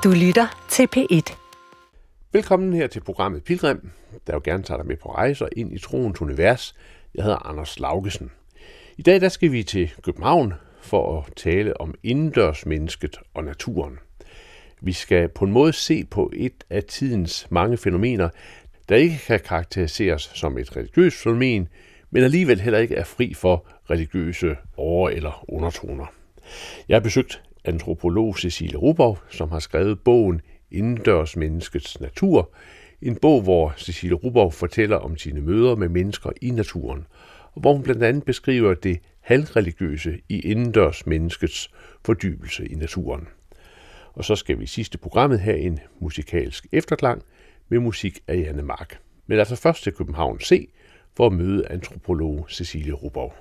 Du lytter til P1. Velkommen her til programmet Pilgrim, der jo gerne tager dig med på rejser ind i troens univers. Jeg hedder Anders Laugesen. I dag der skal vi til København for at tale om indendørsmennesket og naturen. Vi skal på en måde se på et af tidens mange fænomener, der ikke kan karakteriseres som et religiøst fænomen, men alligevel heller ikke er fri for religiøse over- eller undertoner. Jeg har besøgt antropolog Cecilie Rubov, som har skrevet bogen Indendørsmenneskets natur. En bog, hvor Cecilie Rubov fortæller om sine møder med mennesker i naturen, og hvor hun blandt andet beskriver det halvreligiøse i indendørsmenneskets fordybelse i naturen. Og så skal vi i sidste programmet have en musikalsk efterklang med musik af Janne Mark. Men altså først til København C for at møde antropolog Cecilie Rubov.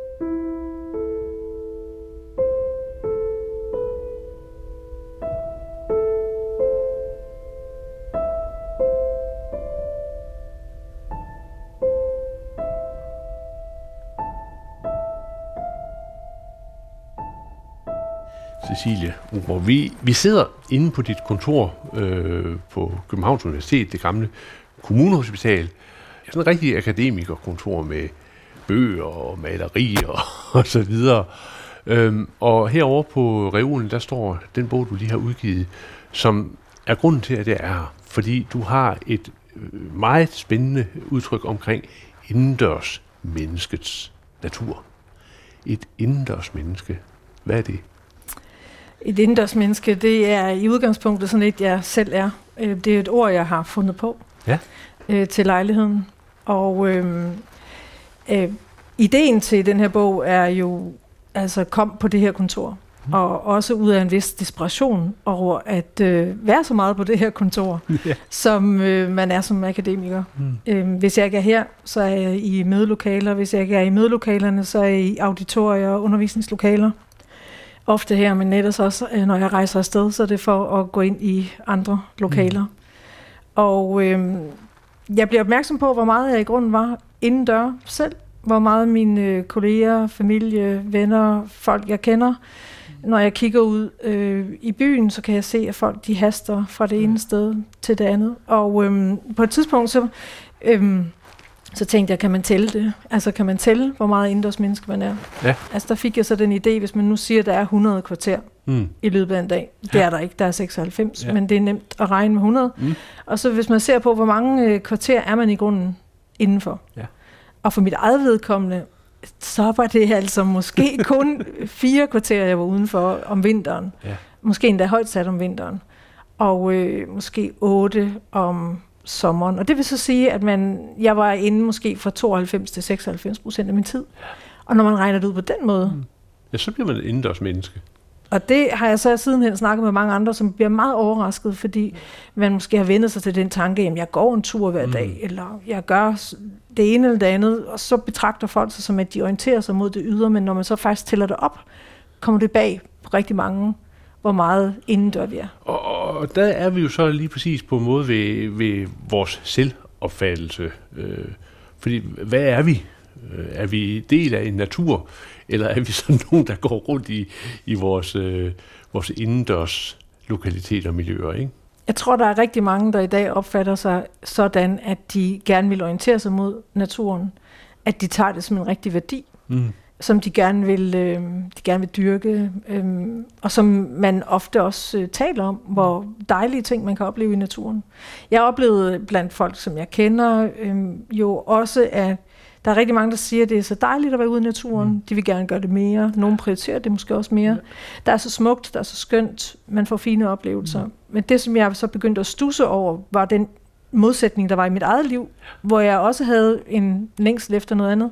Cecilie Rubov, vi sidder inde på dit kontor på Københavns Universitet, det gamle kommunehospital. Sådan en rigtig akademikerkontor med bøger og malerier og så videre. Og herovre på reolen, der står den bog, du lige har udgivet, som er grunden til, at det er her. Fordi du har et meget spændende udtryk omkring indendørsmenneskets natur. Et indendørsmenneske. Hvad er det? Et indendørsmenneske, det er i udgangspunktet sådan et, jeg selv er. Det er et ord, jeg har fundet på til lejligheden. Og ideen til den her bog er jo, altså kom på det her kontor. Og også ud af en vis desperation over at være så meget på det her kontor, som man er som akademiker. Hvis jeg ikke er her, så er jeg i mødelokaler. Hvis jeg ikke er i mødelokalerne, så er jeg i auditorier og undervisningslokaler. Ofte her, men ellers også, når jeg rejser afsted, så er det for at gå ind i andre lokaler. Og jeg bliver opmærksom på, hvor meget jeg i grunden var indendør selv. Hvor meget mine kolleger, familie, venner, folk jeg kender. Når jeg kigger ud i byen, så kan jeg se, at folk de haster fra det ene sted til det andet. Og på et tidspunkt så tænkte jeg, kan man tælle det? Altså, kan man tælle, hvor meget indendørsmenneske man er? Ja. Altså, der fik jeg så den idé, hvis man nu siger, at der er 100 kvarter i løbet af en dag. Det er der ikke, der er 96, men det er nemt at regne med 100. Og så hvis man ser på, hvor mange kvarter er man i grunden indenfor. Ja. Og for mit eget vedkommende, så var det altså måske kun 4 kvarter, jeg var udenfor om vinteren. Ja. Måske endda højt sat om vinteren. Og måske 8 om sommeren. Og det vil så sige, at jeg var inde måske fra 92 til 96% af min tid. Og når man regner det ud på den måde... Ja, så bliver man et indendørsmenneske. Og det har jeg så sidenhen snakket med mange andre, som bliver meget overrasket, fordi man måske har vendt sig til den tanke, at jeg går en tur hver dag, eller jeg gør det ene eller det andet, og så betragter folk sig som, at de orienterer sig mod det ydre, men når man så faktisk tæller det op, kommer det bag på rigtig mange, hvor meget indendør vi er. Og der er vi jo så lige præcis på en måde ved vores selvopfattelse. Fordi hvad er vi? Er vi del af en natur, eller er vi sådan nogen, der går rundt i vores indendørs lokaliteter og miljøer, ikke? Jeg tror, der er rigtig mange, der i dag opfatter sig sådan, at de gerne vil orientere sig mod naturen. At de tager det som en rigtig værdi, som de gerne vil dyrke, og som man ofte også taler om, hvor dejlige ting man kan opleve i naturen. Jeg har oplevet blandt folk, som jeg kender, jo også, at der er rigtig mange, der siger, at det er så dejligt at være ude i naturen. De vil gerne gøre det mere. Nogle prioriterer det måske også mere. Der er så smukt, der er så skønt. Man får fine oplevelser. Men det, som jeg så begyndte at studse over, var den modsætning, der var i mit eget liv, hvor jeg også havde en længsel efter noget andet,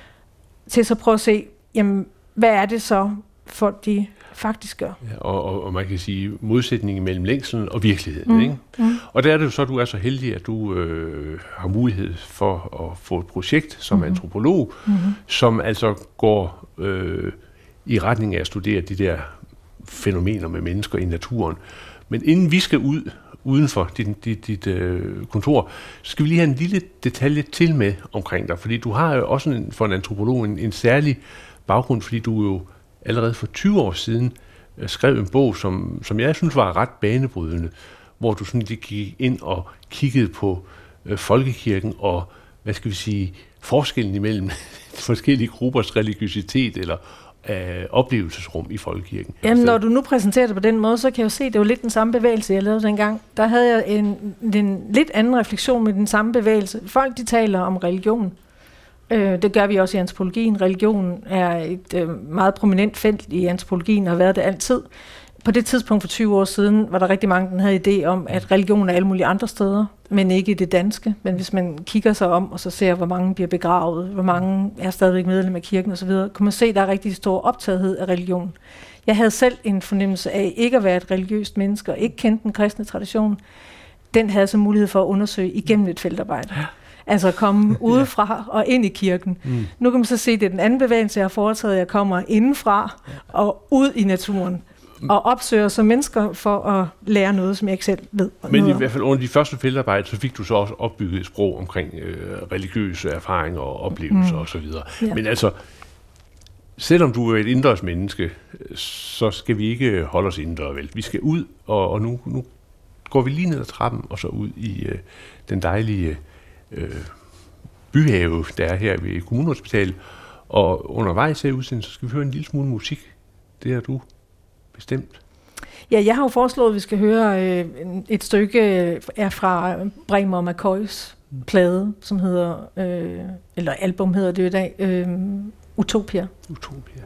til så prøve at se, jamen, hvad er det så, folk de faktisk gør. Ja, og man kan sige modsætningen mellem længslen og virkeligheden. Ikke? Og der er det jo så, at du er så heldig, at du har mulighed for at få et projekt som antropolog, som altså går i retning af at studere de der fænomener med mennesker i naturen. Men inden vi skal uden for dit kontor, så skal vi lige have en lille detalje til med omkring dig, fordi du har jo også for en antropolog en særlig baggrund, fordi du jo allerede for 20 år siden skrev en bog, som jeg synes var ret banebrydende, hvor du sådan lige gik ind og kiggede på folkekirken og, hvad skal vi sige, forskellen imellem forskellige gruppers religiøsitet eller oplevelsesrum i folkekirken. Jamen, når du nu præsenterer det på den måde, så kan jeg jo se, at det var lidt den samme bevægelse, jeg lavede dengang. Der havde jeg en lidt anden refleksion med den samme bevægelse. Folk, de taler om religion. Det gør vi også i antropologien. Religion er et meget prominent felt i antropologien og har været det altid. På det tidspunkt for 20 år siden var der rigtig mange, der havde idé om, at religion er alle mulige andre steder, men ikke i det danske. Men hvis man kigger sig om og så ser, hvor mange bliver begravet, hvor mange er stadigvæk medlem af kirken osv., kan man se, at der er rigtig stor optagethed af religion. Jeg havde selv en fornemmelse af ikke at være et religiøst menneske og ikke kende den kristne tradition. Den havde så mulighed for at undersøge igennem et feltarbejde. Altså at komme udefra og ind i kirken. Nu kan man så se, at det er den anden bevægelse, jeg har foretaget. Jeg kommer indenfra og ud i naturen. Og opsøger som mennesker for at lære noget, som jeg ikke selv ved. Men i hvert fald under de første feltarbejder, så fik du så også opbygget et sprog omkring religiøse erfaringer og oplevelser osv. Ja. Men altså, selvom du er et indendørs menneske, så skal vi ikke holde os indendørs, vel? Vi skal ud, og nu går vi lige ned ad trappen og så ud i den dejlige byhave, der er her ved Kommunehospitalet. Og undervejs her i udsendelsen, så skal vi høre en lille smule musik. Det er du bestemt. Ja, jeg har jo foreslået, at vi skal høre et stykke er fra Bremer McCoys plade, som hedder, eller album hedder det i dag, Utopia. Utopia.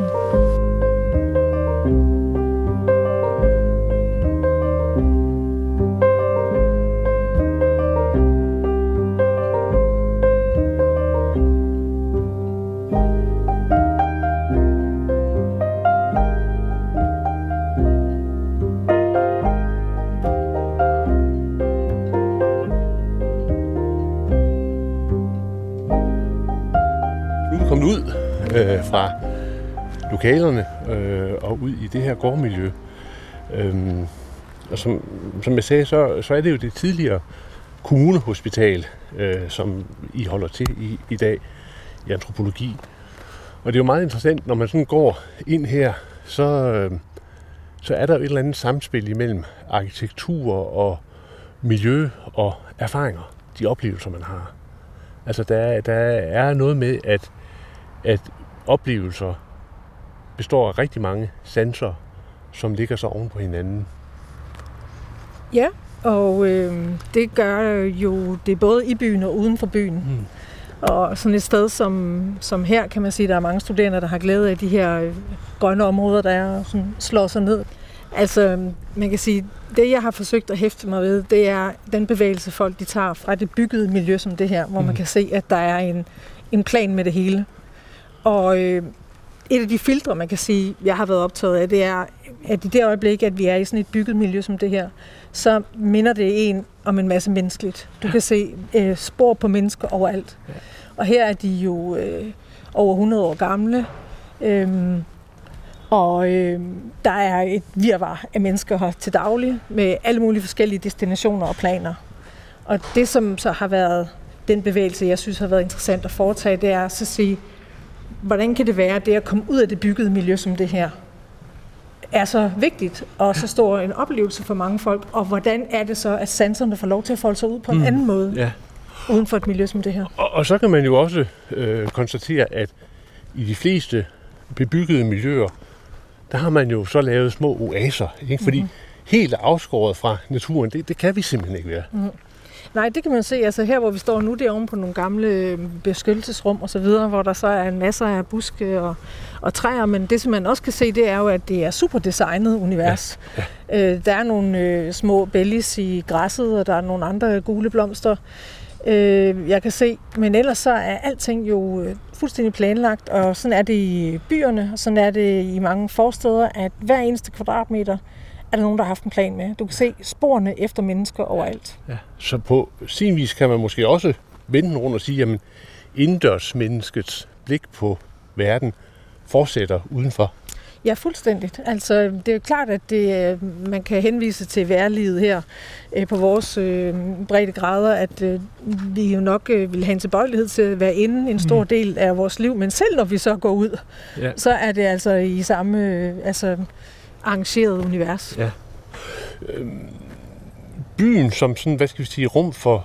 Kommet ud fra lokalerne og ud i det her gårdmiljø. Og som jeg sagde, så er det jo det tidligere kommunehospital, som I holder til i dag i antropologi. Og det er jo meget interessant, når man sådan går ind her, så er der jo et eller andet samspil imellem arkitektur og miljø og erfaringer, de oplevelser, man har. Altså der er noget med, at oplevelser består af rigtig mange sanser, som ligger så oven på hinanden. Ja, og det gør jo det både i byen og uden for byen. Og sådan et sted som her, kan man sige, der er mange studerende, der har glæde af de her grønne områder, der er og sådan slår sig ned. Altså, man kan sige, det jeg har forsøgt at hæfte mig ved, det er den bevægelse, folk de tager fra det byggede miljø som det her, hvor man kan se, at der er en plan med det hele. Og et af de filtre, man kan sige, jeg har været optaget af, det er, at i det øjeblik, at vi er i sådan et bygget miljø som det her, så minder det en om en masse menneskeligt. Du kan se spor på mennesker overalt. Ja. Og her er de jo over 100 år gamle, og der er et virvar af mennesker her til daglig, med alle mulige forskellige destinationer og planer. Og det, som så har været den bevægelse, jeg synes har været interessant at foretage, det er at sige, hvordan kan det være, det at komme ud af det byggede miljø som det her, er så vigtigt og så stor en oplevelse for mange folk, og hvordan er det så, at sanserne får lov til at folde sig ud på en anden måde, uden for et miljø som det her. Og så kan man jo også konstatere, at i de fleste bebyggede miljøer, der har man jo så lavet små oaser, ikke? Fordi helt afskåret fra naturen, det kan vi simpelthen ikke være. Nej, det kan man se. Altså her, hvor vi står nu, det er oven på nogle gamle beskyttelsesrum og så videre, hvor der så er en masse af buske og træer, men det, som man også kan se, det er jo, at det er super designet univers. Ja. Der er nogle små bellis i græsset, og der er nogle andre gule blomster, jeg kan se. Men ellers så er alting jo fuldstændig planlagt, og sådan er det i byerne, og sådan er det i mange forsteder, at hver eneste kvadratmeter er der nogen, der har haft en plan med. Du kan se sporene efter mennesker overalt. Ja. Så på sin vis kan man måske også vende den rundt og sige, at indendørsmenneskets blik på verden fortsætter udenfor. Ja, fuldstændigt. Altså, det er jo klart, at man kan henvise til vejrlivet her på vores breddegrader, at vi jo nok vil have en tilbøjelighed til at være inde en stor del af vores liv, men selv når vi så går ud, så er det altså i samme arrangeret univers. Ja. Byen som sådan, hvad skal vi sige, rum for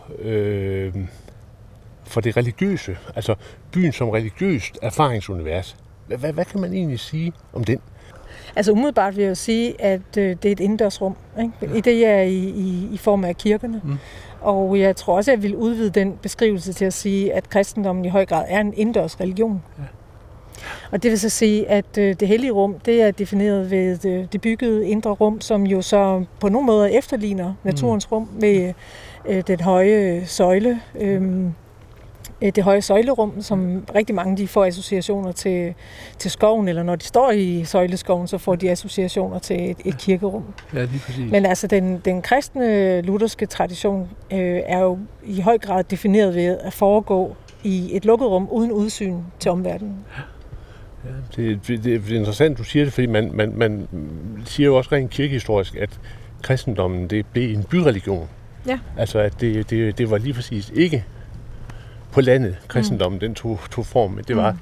det religiøse, altså byen som religiøst erfaringsunivers. Hvad kan man egentlig sige om den? Altså umiddelbart vil jeg jo sige, at det er et indendørsrum, ikke? Ja. Det er i form af kirkerne. Og jeg tror også, at jeg vil udvide den beskrivelse til at sige, at kristendommen i høj grad er en indendørs religion. Ja. Og det vil så sige, at det hellige rum, det er defineret ved det byggede indre rum, som jo så på nogle måder efterligner naturens rum med den høje søjle. Det høje søjlerum, som rigtig mange de får associationer til skoven, eller når de står i søjleskoven, så får de associationer til et kirkerum. Ja, lige præcis. Men altså den kristne lutherske tradition er jo i høj grad defineret ved at foregå i et lukket rum uden udsyn til omverdenen. Ja, det er interessant, du siger det, fordi man siger jo også rent kirkehistorisk, at kristendommen det blev en byreligion. Ja. Altså at det var lige præcis ikke på landet, kristendommen den tog form, men det var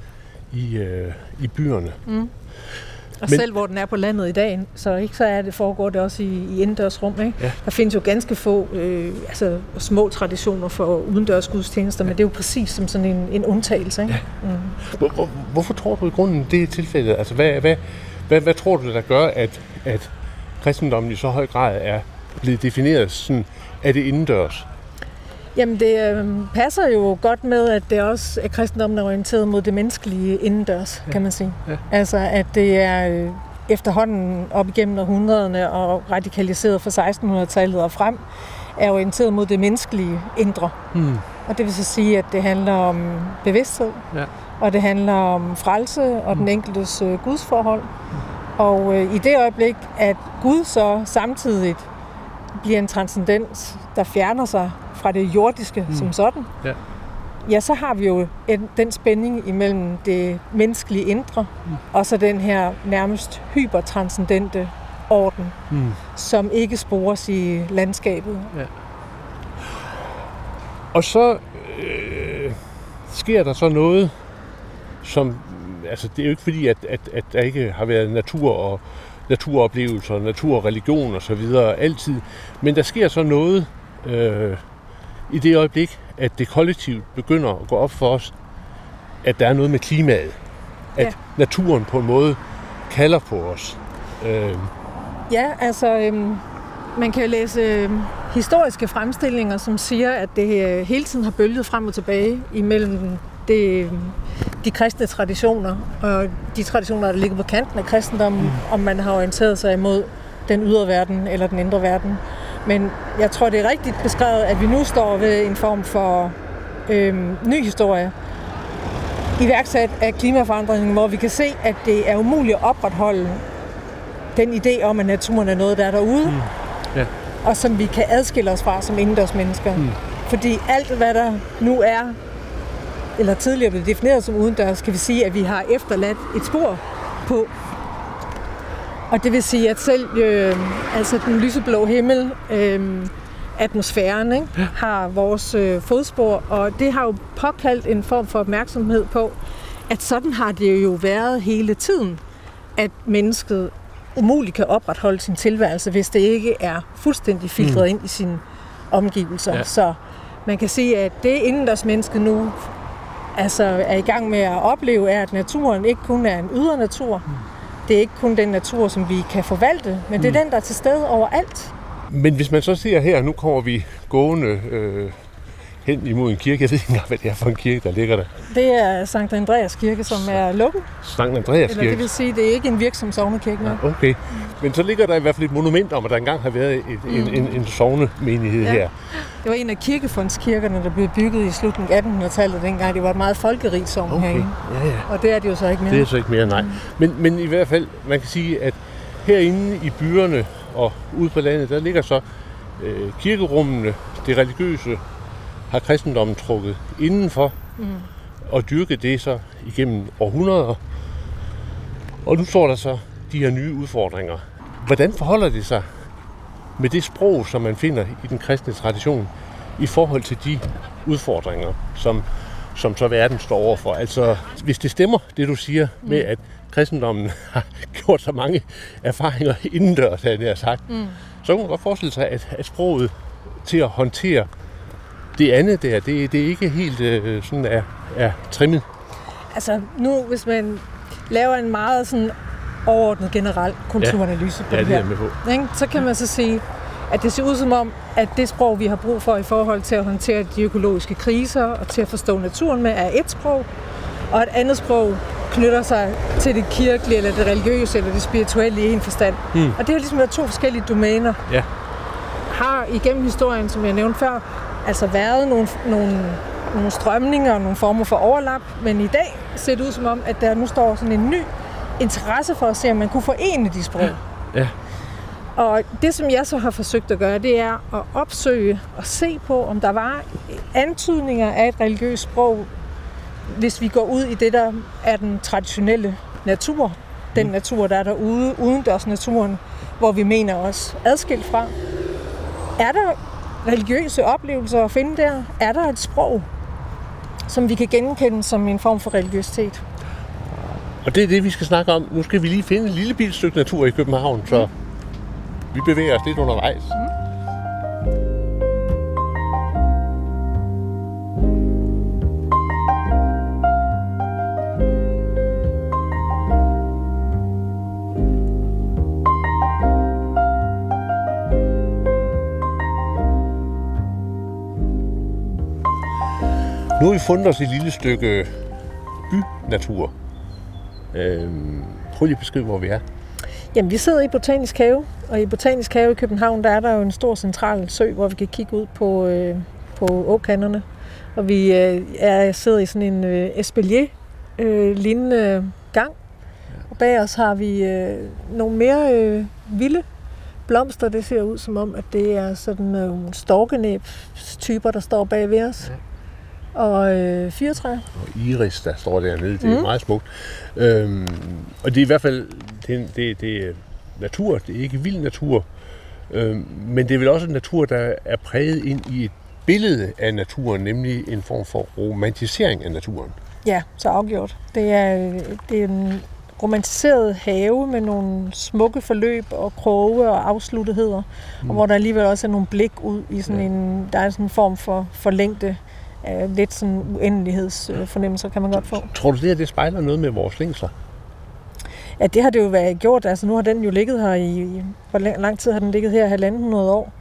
i byerne. Og selv hvor den er på landet i dag, så foregår det også i indendørsrum. Ikke? Ja. Der findes jo ganske få små traditioner for udendørs gudstjenester, men det er jo præcis som sådan en undtagelse. Ikke? Ja. Hvorfor tror du i grunden, det er tilfældet? Altså, hvad tror du, der gør, at kristendommen i så høj grad er blevet defineret sådan, at det indendørs? Jamen det passer jo godt med, at det også er kristendommen er orienteret mod det menneskelige indendørs, kan man sige. Ja. Altså at det er efterhånden op igennem århundrederne og radikaliseret fra 1600-tallet og frem, er orienteret mod det menneskelige indre. Og det vil så sige, at det handler om bevidsthed, og det handler om frelse og den enkeltes gudsforhold. Og i det øjeblik, at Gud så samtidig bliver en transcendens, der fjerner sig fra det jordiske som sådan, ja, så har vi jo den spænding imellem det menneskelige indre, og så den her nærmest hypertranscendente orden, som ikke spores i landskabet. Ja. Og så sker der så noget, som, altså det er jo ikke fordi, at der ikke har været natur og naturoplevelser, naturreligion og så videre altid, men der sker så noget i det øjeblik, at det kollektivt begynder at gå op for os, at der er noget med klimaet. At naturen på en måde kalder på os. Ja, altså man kan jo læse historiske fremstillinger, som siger, at det hele tiden har bølget frem og tilbage imellem de kristne traditioner og de traditioner, der ligger på kanten af kristendommen, om man har orienteret sig imod den ydre verden eller den indre verden. Men jeg tror, det er rigtigt beskrevet, at vi nu står ved en form for ny historie, iværksat af klimaforandringen, hvor vi kan se, at det er umuligt at opretholde den idé om, at naturen er noget, der er derude, og som vi kan adskille os fra som indendørsmennesker. Fordi alt, hvad der nu er, eller tidligere blev defineret som udendørs, kan vi sige, at vi har efterladt et spor på. Og det vil sige, at selv altså den lyseblå himmel, atmosfæren, ikke, har vores fodspor, og det har jo påkaldt en form for opmærksomhed på, at sådan har det jo været hele tiden, at mennesket umuligt kan opretholde sin tilværelse, hvis det ikke er fuldstændig filtreret ind i sine omgivelser. Ja. Så man kan sige, at det indendørs menneske nu altså er i gang med at opleve, er, at naturen ikke kun er en ydre natur. Det er ikke kun den natur, som vi kan forvalte, men det er den, der er til stede overalt. Men hvis man så ser her, nu kommer vi gående hen imod en kirke. Jeg ved ikke engang, hvad det er for en kirke, der ligger der. Det er Sankt Andreas Kirke, som er lukket. Sankt Andreas Kirke? Eller det vil sige, det er ikke en virksom sognekirke. Ja, okay. Men så ligger der i hvert fald et monument om, at der engang har været en sognemenighed her. Det var en af kirkefondskirkerne, der blev bygget i slutningen af 1800-tallet dengang. Det var et meget folkerigt sogn herinde. Ja. Og det er det jo så ikke mere. Det er så ikke mere, nej. Men i hvert fald, man kan sige, at herinde i byerne og ude på landet, der ligger så kirkerummene, det religiøse, har kristendommen trukket indenfor og dyrket det så igennem århundreder. Og nu står der så de her nye udfordringer. Hvordan forholder det sig med det sprog, som man finder i den kristne tradition, i forhold til de udfordringer, som så verden står overfor? Altså, hvis det stemmer, det du siger med, at kristendommen har gjort så mange erfaringer indendørs, havde jeg sagt, så kan man godt forestille sig, at sproget til at håndtere det andet der, det er ikke helt sådan er trimmet. Altså nu, hvis man laver en meget sådan overordnet generel kulturanalyse på det her, ikke? Så kan man så sige, at det ser ud som om, at det sprog, vi har brug for i forhold til at håndtere de økologiske kriser og til at forstå naturen med, er et sprog, og et andet sprog knytter sig til det kirkelige, eller det religiøse, eller det spirituelle i en forstand. Og det har ligesom været to forskellige domæner. Ja. Har igennem historien, som jeg nævnte før, altså været nogle strømninger og nogle former for overlap, men i dag ser det ud som om, at der nu står sådan en ny interesse for at se, om man kunne forene de sprog. Ja. Og det, som jeg så har forsøgt at gøre, det er at opsøge og se på, om der var antydninger af et religiøst sprog, hvis vi går ud i det, der er den traditionelle natur. Den natur, der er derude, udendørsnaturen, hvor vi mener os adskilt fra. Er der religiøse oplevelser at finde der? Er der et sprog, som vi kan genkende som en form for religiøsitet? Og det er det, vi skal snakke om. Nu skal vi lige finde et lille bitte stykke natur i København, så vi bevæger os lidt undervejs. Nu har vi fundet os et lille stykke bynatur. Prøv lige at beskrive, hvor vi er. Jamen, vi sidder i Botanisk Have, og i Botanisk Have i København, der er der jo en stor central sø, hvor vi kan kigge ud på åkanterne. Og vi sidder i sådan en espalier-lignende gang. Og bag os har vi nogle mere vilde blomster. Det ser ud som om, at det er sådan nogle storkenæb-typer, der står bag ved os. Ja. Og fyrtræ. Og iris, der står dernede, det er meget smukt. Og det er i hvert fald det er natur, det er ikke vild natur, men det er vel også en natur, der er præget ind i et billede af naturen, nemlig en form for romantisering af naturen. Ja, så afgjort. Det er en romantiseret have med nogle smukke forløb og kroge og afsluttetheder, og hvor der alligevel også er nogle blik ud i sådan der er sådan en form for længde. Lidt sådan uendelighedsfornemmelser kan man godt få. Tror du det spejler noget med vores længsler? Ja, det har det jo været gjort. Altså nu har den jo ligget her i hvor lang tid har den ligget her? 1.500 år.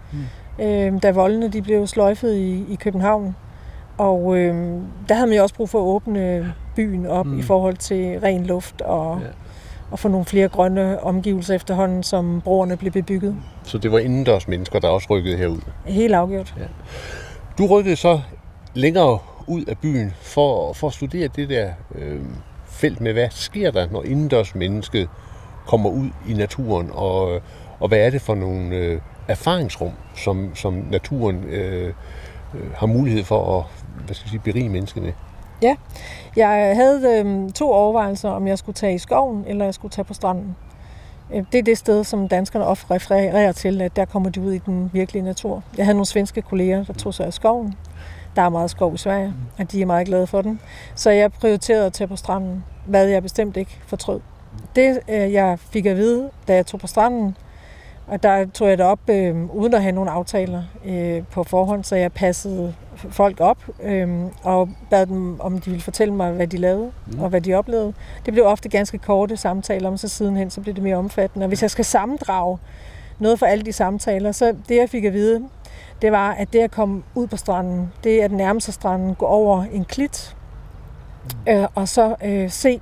Da voldene de blev sløjfet i København. Og der havde man jo også brug for at åbne byen op i forhold til ren luft og få nogle flere grønne omgivelser efterhånden, som broerne blev bebygget. Så det var indendørs mennesker, der også rykkede herud? Helt afgjort. Ja. Du rykkede så længere ud af byen for at studere det der felt med, hvad sker der, når indendørs mennesket kommer ud i naturen, og hvad er det for nogle erfaringsrum, som naturen har mulighed for at berige mennesket med? Ja, jeg havde 2 overvejelser, om jeg skulle tage i skoven, eller jeg skulle tage på stranden. Det er det sted, som danskerne ofte refererer til, at der kommer de ud i den virkelige natur. Jeg havde nogle svenske kolleger, der tog sig af skoven. Der er meget skov i Sverige, og de er meget glade for den. Så jeg prioriterede at tage på stranden, hvad jeg bestemt ikke fortrød. Det, jeg fik at vide, da jeg tog på stranden, og der tog jeg det op uden at have nogle aftaler på forhånd, så jeg passede folk op og bad dem, om de ville fortælle mig, hvad de lavede og hvad de oplevede. Det blev ofte ganske korte samtaler, men så sidenhen så blev det mere omfattende. Og hvis jeg skal sammendrage noget for alle de samtaler, så det, jeg fik at vide, det var, at det at komme ud på stranden, det er den nærmeste stranden, gå over en klit, og så se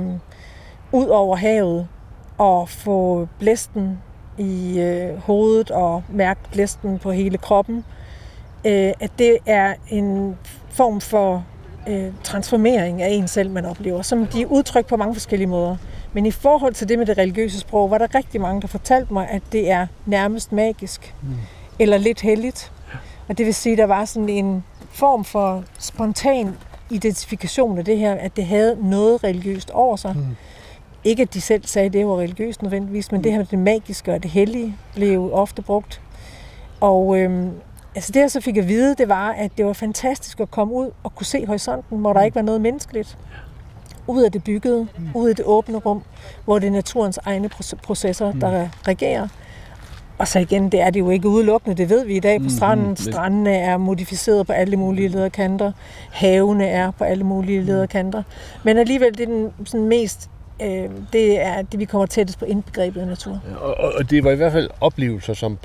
ud over havet og få blæsten i hovedet og mærke blæsten på hele kroppen. At det er en form for transformering af en selv, man oplever, som de er udtrykt på mange forskellige måder. Men i forhold til det med det religiøse sprog, var der rigtig mange, der fortalte mig, at det er nærmest magisk. Eller lidt helligt. Og det vil sige, at der var sådan en form for spontan identifikation af det her, at det havde noget religiøst over sig. Ikke at de selv sagde, at det var religiøst nødvendigvis, men det her med det magiske og det hellige blev ofte brugt. Og altså det, jeg så fik at vide, det var, at det var fantastisk at komme ud og kunne se horisonten, hvor der ikke var noget menneskeligt. ud af det byggede, ud af det åbne rum, hvor det er naturens egne processer, der regerer. Og så igen, det er det jo ikke udelukkende, det ved vi i dag på stranden. Strandene er modificeret på alle mulige lederkanter. Havene er på alle mulige lederkanter. Men alligevel, det er den sådan mest, det er det, vi kommer tættest på indbegrebet af natur. Og det var i hvert fald oplevelser, som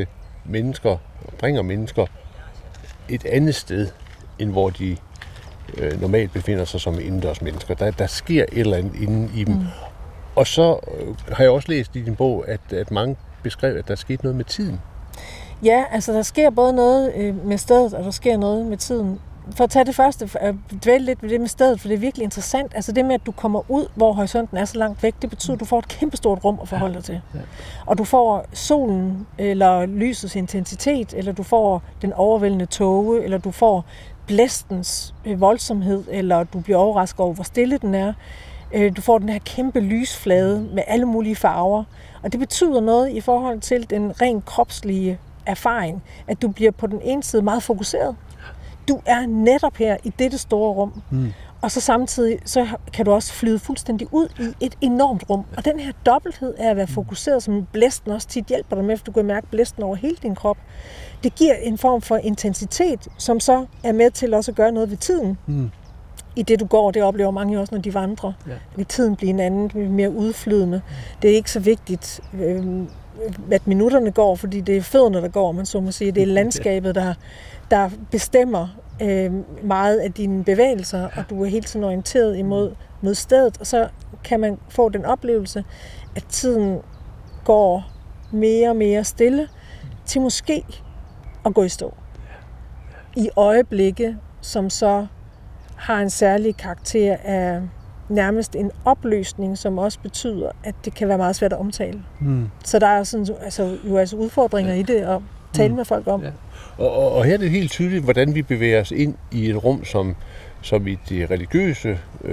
bringer mennesker et andet sted, end hvor de normalt befinder sig som indendørs mennesker. Der sker et eller andet inde i dem. Og så har jeg også læst i din bog, at mange beskrev, at der skete noget med tiden. Ja, altså der sker både noget med stedet, og der sker noget med tiden. For at tage det første, dvæle lidt ved det med stedet, for det er virkelig interessant. Altså det med, at du kommer ud, hvor horisonten er så langt væk, det betyder, at du får et kæmpestort rum at forholde dig til. Ja. Og du får solen, eller lysets intensitet, eller du får den overvældende tåge, eller du får blæstens voldsomhed, eller du bliver overrasket over, hvor stille den er. Du får den her kæmpe lysflade med alle mulige farver. Og det betyder noget i forhold til den rent kropslige erfaring, at du bliver på den ene side meget fokuseret. Du er netop her i dette store rum. Og så samtidig så kan du også flyde fuldstændig ud i et enormt rum. Og den her dobbelthed af at være fokuseret, som blæsten også tit hjælper dig med, for du kan mærke blæsten over hele din krop. Det giver en form for intensitet, som så er med til også at gøre noget ved tiden. I det du går, det oplever mange også, når de vandrer. Ja. Tiden bliver en anden, mere udflydende. Det er ikke så vigtigt, at minutterne går, fordi det er fødderne, der går, man så må sige. Det er landskabet, der bestemmer meget af dine bevægelser, og du er hele tiden orienteret imod stedet, og så kan man få den oplevelse, at tiden går mere og mere stille, til måske at gå i stå. I øjeblikke, som så har en særlig karakter af nærmest en opløsning, som også betyder, at det kan være meget svært at omtale. Så der er sådan, altså udfordringer i det at tale med folk om. Ja. Og her er det helt tydeligt, hvordan vi bevæger os ind i et rum, som i det religiøse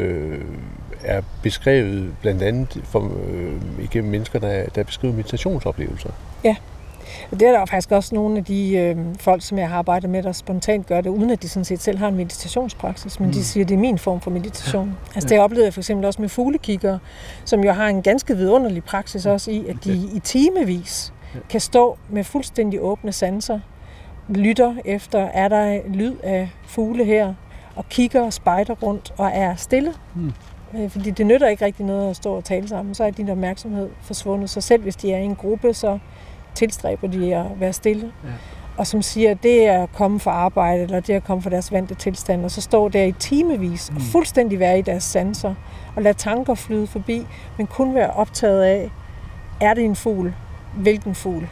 er beskrevet blandt andet igennem mennesker, der beskriver meditationsoplevelser. Ja. Det er der faktisk også nogle af de folk, som jeg har arbejdet med, der spontant gør det, uden at de sådan set selv har en meditationspraksis, men de siger, at det er min form for meditation. Altså det oplevede jeg for eksempel også med fuglekiggere, som jo har en ganske vidunderlig praksis også i, at de i timevis kan stå med fuldstændig åbne sanser, lytter efter, er der lyd af fugle her, og kigger og spejder rundt og er stille. Fordi det nytter ikke rigtig noget at stå og tale sammen, så er din opmærksomhed forsvundet. Så selv hvis de er i en gruppe, så tilstræber de at være stille. Ja. Og som siger, at det er at komme fra arbejde, eller det er at komme fra deres vante tilstand, og så står der i timevis og fuldstændig være i deres sanser, og lade tanker flyde forbi, men kun være optaget af, er det en fugl? Hvilken fugl?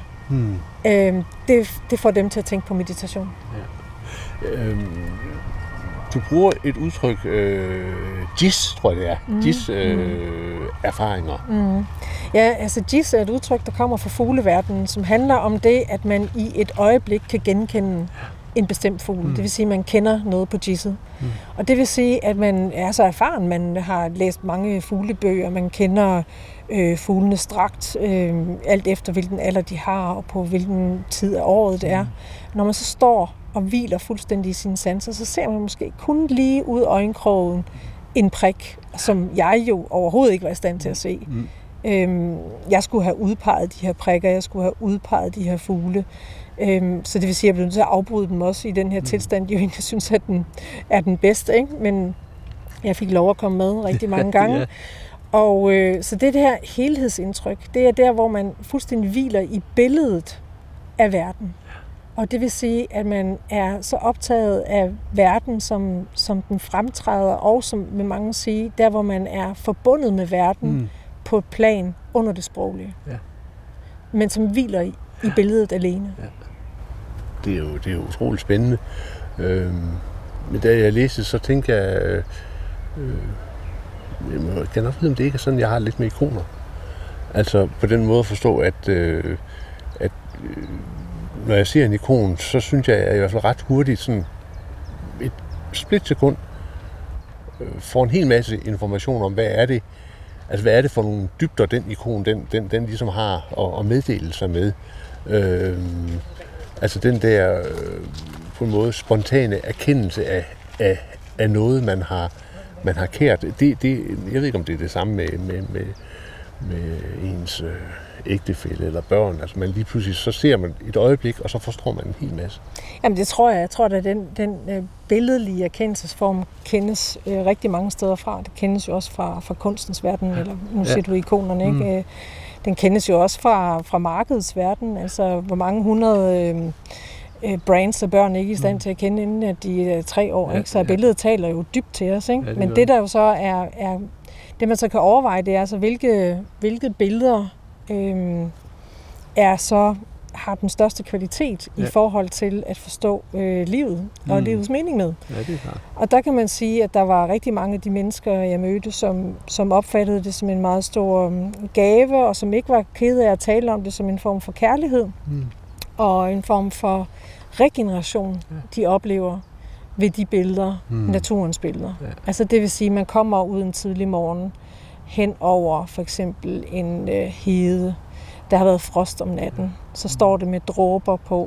Det får dem til at tænke på meditation. Ja. Du bruger et udtryk, JIS, tror jeg det er. JIS erfaringer. Ja, altså JIS er et udtryk, der kommer fra fugleverdenen, som handler om det, at man i et øjeblik kan genkende en bestemt fugl. Det vil sige, at man kender noget på JIS'et. Og det vil sige, at man er så erfaren. Man har læst mange fuglebøger, man kender fuglenes dragt, alt efter hvilken alder de har, og på hvilken tid af året det er. Når man så står og hviler fuldstændig i sine sanser, så ser man måske kun lige ud af øjenkrogen en prik, som jeg jo overhovedet ikke var i stand til at se. Jeg skulle have udpeget de her prikker, jeg skulle have udpeget de her fugle. Så det vil sige, at jeg blev nødt til at afbryde dem også i den her tilstand. Jeg egentlig synes, at den er den bedste, ikke? Men jeg fik lov at komme med rigtig mange gange. Ja. Og så det her helhedsindtryk, det er der, hvor man fuldstændig hviler i billedet af verden. Og det vil sige, at man er så optaget af verden, som den fremtræder, og som vil mange sige, der hvor man er forbundet med verden på et plan under det sproglige. Ja. Men som hviler i billedet alene. Ja. Det er jo utroligt spændende. Men da jeg læste, så tænkte jeg, jeg kan nok vide, om det ikke er sådan, jeg har lidt med ikoner. Altså på den måde at forstå, at når jeg ser en ikon, så synes jeg, at jeg i hvert fald ret hurtigt, sådan et splitsekund, får en hel masse information om, hvad er det for nogle dybder, den ikon, den ligesom har at meddele sig med. Altså den der på en måde spontane erkendelse af noget, man har man har kært. Jeg ved ikke, om det er det samme med ens ægtefælle eller børn. Altså man lige pludselig, så ser man et øjeblik, og så forstår man en hel masse. Jamen det tror jeg. Jeg tror, at den billedlige erkendelsesform kendes rigtig mange steder fra. Det kendes jo også fra kunstens verden, eller nu ser du ikonerne, ikke? Den kendes jo også fra markedets verden. Altså hvor mange 100 brands er børn ikke i stand til at kende, inden at de er 3 år. Ikke? Så billedet taler jo dybt til os. Ikke? Men det der jo så er det man så kan overveje, det er altså hvilke billeder har den største kvalitet i forhold til at forstå livet og livets mening med. Ja, det er klart. Og der kan man sige, at der var rigtig mange af de mennesker, jeg mødte, som opfattede det som en meget stor gave, og som ikke var kede af at tale om det som en form for kærlighed, og en form for regeneration, de oplever ved de billeder, naturens billeder. Ja. Altså det vil sige, at man kommer ud en tidlig morgen hen over for eksempel en hede. Der har været frost om natten. Så står det med dråber på,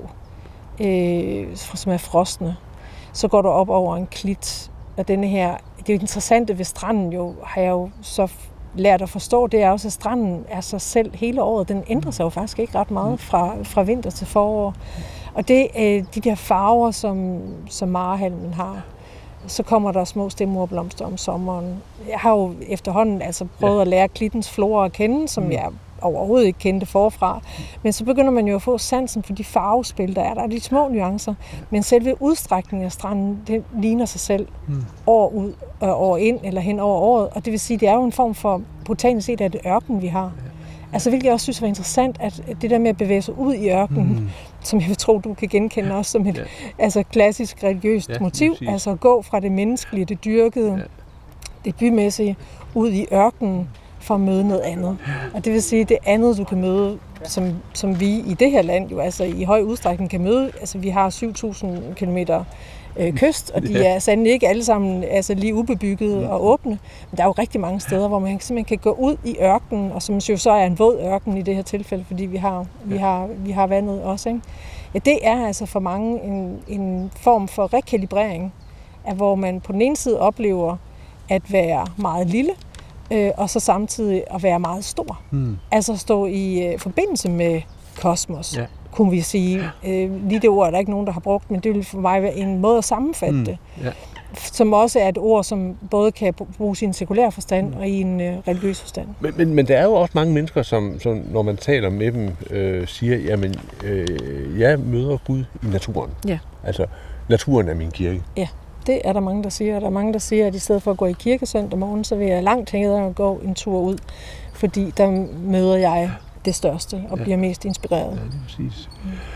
som er frosne. Så går du op over en klit. Og denne her, det er jo interessante ved stranden, jo, har jeg jo så lært at forstå, det er også, at stranden er sig selv hele året. Den ændrer sig jo faktisk ikke ret meget fra vinter til forår. Og det er de der farver, som marehalmen har. Så kommer der små stemmorblomster om sommeren. Jeg har jo efterhånden prøvet at lære klittens flora at kende, som jeg overhovedet ikke kendte forfra. Men så begynder man jo at få sansen for de farvespil, der er. Der er de små nuancer. Men selve udstrækningen af stranden, det ligner sig selv år ud og år ind, eller hen over året. Og det vil sige, det er jo en form for, botanisk set, at det ørken, vi har. Altså, hvilket jeg også synes var interessant, at det der med at bevæge sig ud i ørkenen, som jeg vil tro, du kan genkende også som et klassisk religiøst motiv, præcis. Altså at gå fra det menneskelige, det dyrkede, det bymæssige, ud i ørkenen for at møde noget andet. Og det vil sige, det andet, du kan møde, som vi i det her land jo altså i høj udstrækning kan møde, altså vi har 7.000 kilometer kyst, og de er sandelig ikke alle sammen lige ubebyggede og åbne. Men der er jo rigtig mange steder, hvor man simpelthen kan gå ud i ørkenen, og som jo så er en våd ørken i det her tilfælde, fordi vi har vandet også. Ikke? Ja, det er altså for mange en form for rekalibrering, af hvor man på den ene side oplever at være meget lille, og så samtidig at være meget stor. Altså stå i forbindelse med kosmos. Kunne vi sige. Lige det ord er der ikke nogen, der har brugt, men det vil for mig være en måde at sammenfatte det. Som også er et ord, som både kan bruges i en sekulær forstand og i en religiøs forstand. Men der er jo også mange mennesker, som når man taler med dem, siger, jamen, jeg møder Gud i naturen. Ja. Altså, naturen er min kirke. Ja, det er der mange, der siger. Der er mange, der siger, at i stedet for at gå i kirke søndag morgen, så vil jeg langt hellere at gå en tur ud, fordi der møder jeg det største og bliver mest inspireret. Ja, det er præcis.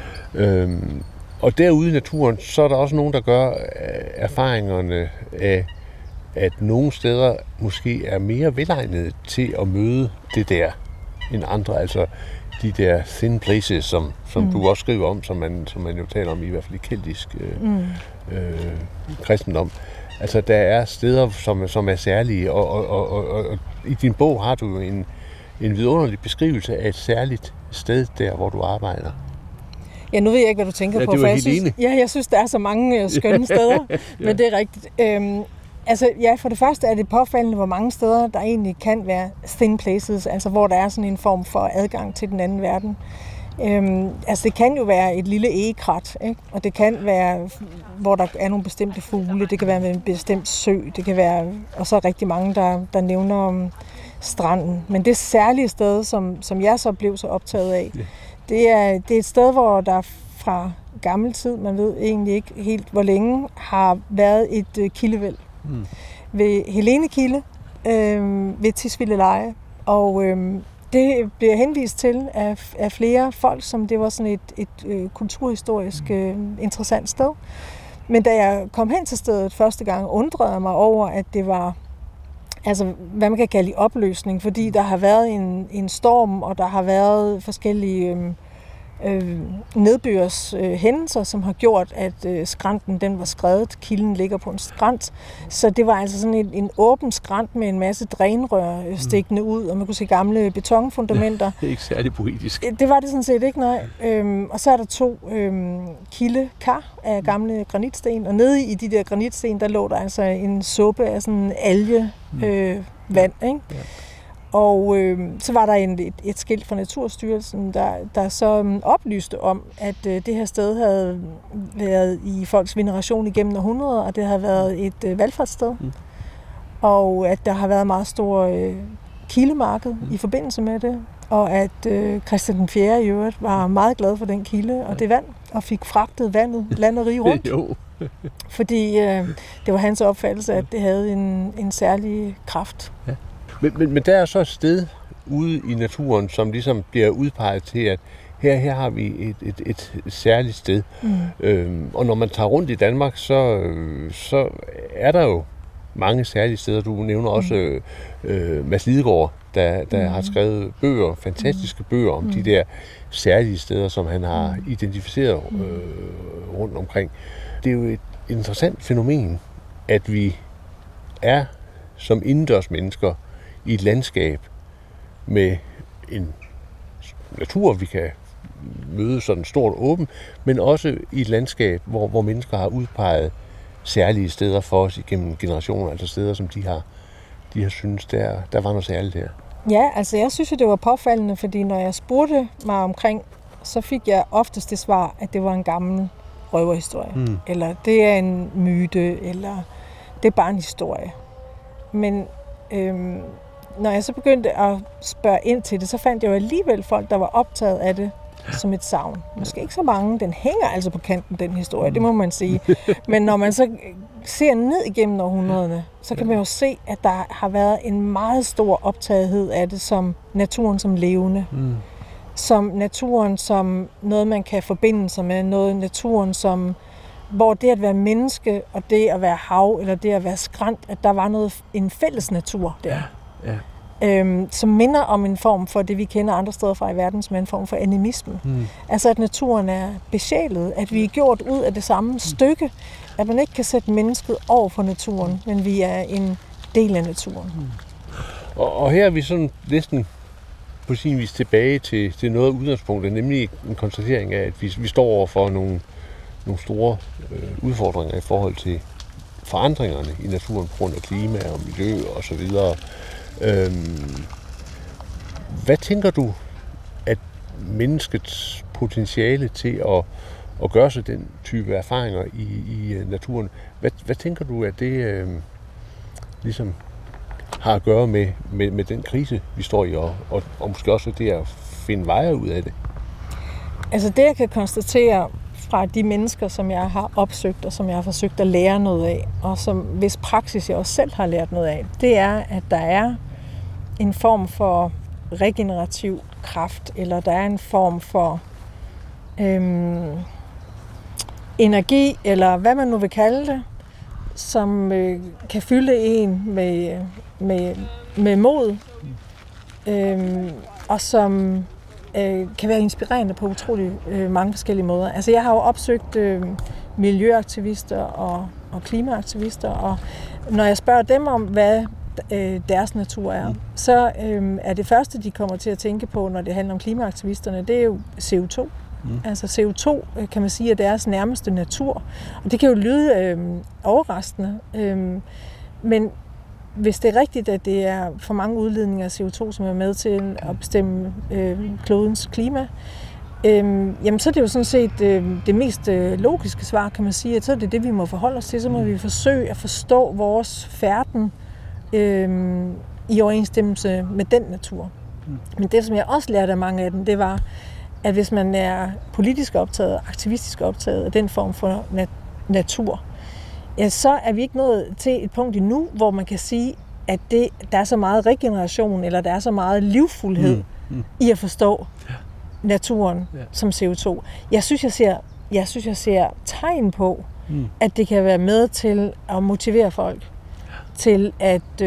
Og derude i naturen, så er der også nogen, der gør erfaringerne af, at nogle steder måske er mere velegnede til at møde det der end andre. Altså de der thin places, som du også skriver om, som man jo taler om i hvert fald i keltisk kristendom. Altså der er steder, som er særlige, og i din bog har du en vidunderlig beskrivelse af et særligt sted der, hvor du arbejder. Ja, nu ved jeg ikke, hvad du tænker på. Det var Helene. Jeg synes, der er så mange skønne steder, men det er rigtigt. For det første er det påfaldende, hvor mange steder, der egentlig kan være thin places, altså hvor der er sådan en form for adgang til den anden verden. Det kan jo være et lille egekrat, ikke? Og det kan være, hvor der er nogle bestemte fugle, det kan være med en bestemt sø, det kan være, og så er rigtig mange, der nævner stranden. Men det særlige sted, som jeg så blev så optaget af, det er et sted, hvor der fra gammel tid, man ved egentlig ikke helt hvor længe, har været et kildevæld. Ved Helenekilde, ved Tisvildeleje. Og det bliver henvist til af flere folk, som det var sådan et kulturhistorisk interessant sted. Men da jeg kom hen til stedet første gang, undrede jeg mig over, at det var hvad man kan kalde i opløsning, fordi der har været en storm, og der har været forskellige nedbørs hændelser, som har gjort, at skrænten den var skredet. Kilden ligger på en skrænt. Så det var altså sådan en åben skrænt med en masse drænrør stikkende ud, og man kunne se gamle betonfundamenter. Ja, det er ikke særlig poetisk. Det var det sådan set ikke, nej. Og så er der 2 kildekar af gamle granitsten, og nede i de der granitsten, der lå der altså en suppe af sådan algevand, ikke? Ja. Og så var der et skilt fra Naturstyrelsen, der så oplyste om, at det her sted havde været i folks veneration igennem århundreder, og det havde været et valfartssted. Og at der har været meget stor kildemarked i forbindelse med det, og at Christian den 4. i øvrigt var meget glad for den kilde og det vand, og fik fragtet vandet land og rige rundt. Jo. Fordi det var hans opfattelse, at det havde en særlig kraft. Ja. Men der er så et sted ude i naturen, som ligesom bliver udpeget til, at her har vi et særligt sted. Og når man tager rundt i Danmark, så er der jo mange særlige steder. Du nævner også Mads Lidegaard, der har skrevet bøger, fantastiske bøger om de der særlige steder, som han har identificeret rundt omkring. Det er jo et interessant fænomen, at vi er som indendørs mennesker i et landskab med en natur, vi kan møde sådan stort åben, men også i et landskab, hvor mennesker har udpeget særlige steder for os igennem generationer, altså steder, som de har syntes, der var noget særligt her. Ja, altså jeg synes, det var påfaldende, fordi når jeg spurgte mig omkring, så fik jeg oftest det svar, at det var en gammel røverhistorie, eller det er en myte, eller det er bare en historie. Men når jeg så begyndte at spørge ind til det, så fandt jeg jo alligevel folk, der var optaget af det som et savn. Måske ikke så mange. Den hænger altså på kanten, den historie, det må man sige. Men når man så ser ned igennem århundrederne, så kan man jo se, at der har været en meget stor optagethed af det som naturen som levende. Som naturen som noget, man kan forbinde sig med. Noget naturen som, hvor det at være menneske, og det at være hav, eller det at være skrænt, at der var en fælles natur der. Ja. Som minder om en form for det, vi kender andre steder fra i verden, som er en form for animisme. Altså, at naturen er besjælet, at vi er gjort ud af det samme stykke, at man ikke kan sætte mennesket over for naturen, men vi er en del af naturen. Og her er vi sådan næsten på sin vis tilbage til noget af udgangspunktet, nemlig en konstatering af, at vi står over for nogle store udfordringer i forhold til forandringerne i naturen på grund af klima og miljø og så videre. Hvad tænker du, at menneskets potentiale til at gøre sig den type erfaringer i naturen, hvad tænker du, at det ligesom har at gøre med den krise, vi står i, og måske også det at finde veje ud af det? Altså det, jeg kan konstatere fra de mennesker, som jeg har opsøgt, og som jeg har forsøgt at lære noget af, og hvis praksis jeg også selv har lært noget af, det er, at der er en form for regenerativ kraft, eller der er en form for energi, eller hvad man nu vil kalde det, som kan fylde en med mod, og som kan være inspirerende på utrolig mange forskellige måder. Altså jeg har jo opsøgt miljøaktivister og klimaaktivister, og når jeg spørger dem om, hvad deres natur er, så er det første, de kommer til at tænke på, når det handler om klimaaktivisterne, det er jo CO2. Altså CO2, kan man sige, er deres nærmeste natur. Og det kan jo lyde overraskende, men hvis det er rigtigt, at det er for mange udledninger af CO2, som er med til at bestemme klodens klima, jamen så er det jo sådan set det mest logiske svar, kan man sige, at så er det det, vi må forholde os til. Så må vi forsøge at forstå vores færden i overensstemmelse med den natur. Men det, som jeg også lærte af mange af dem, det var, at hvis man er politisk optaget, aktivistisk optaget af den form for natur, ja, så er vi ikke nået til et punkt endnu, hvor man kan sige, at der er så meget regeneration, eller der er så meget livfuldhed i at forstå naturen som CO2. Jeg synes, jeg ser tegn på, at det kan være med til at motivere folk til at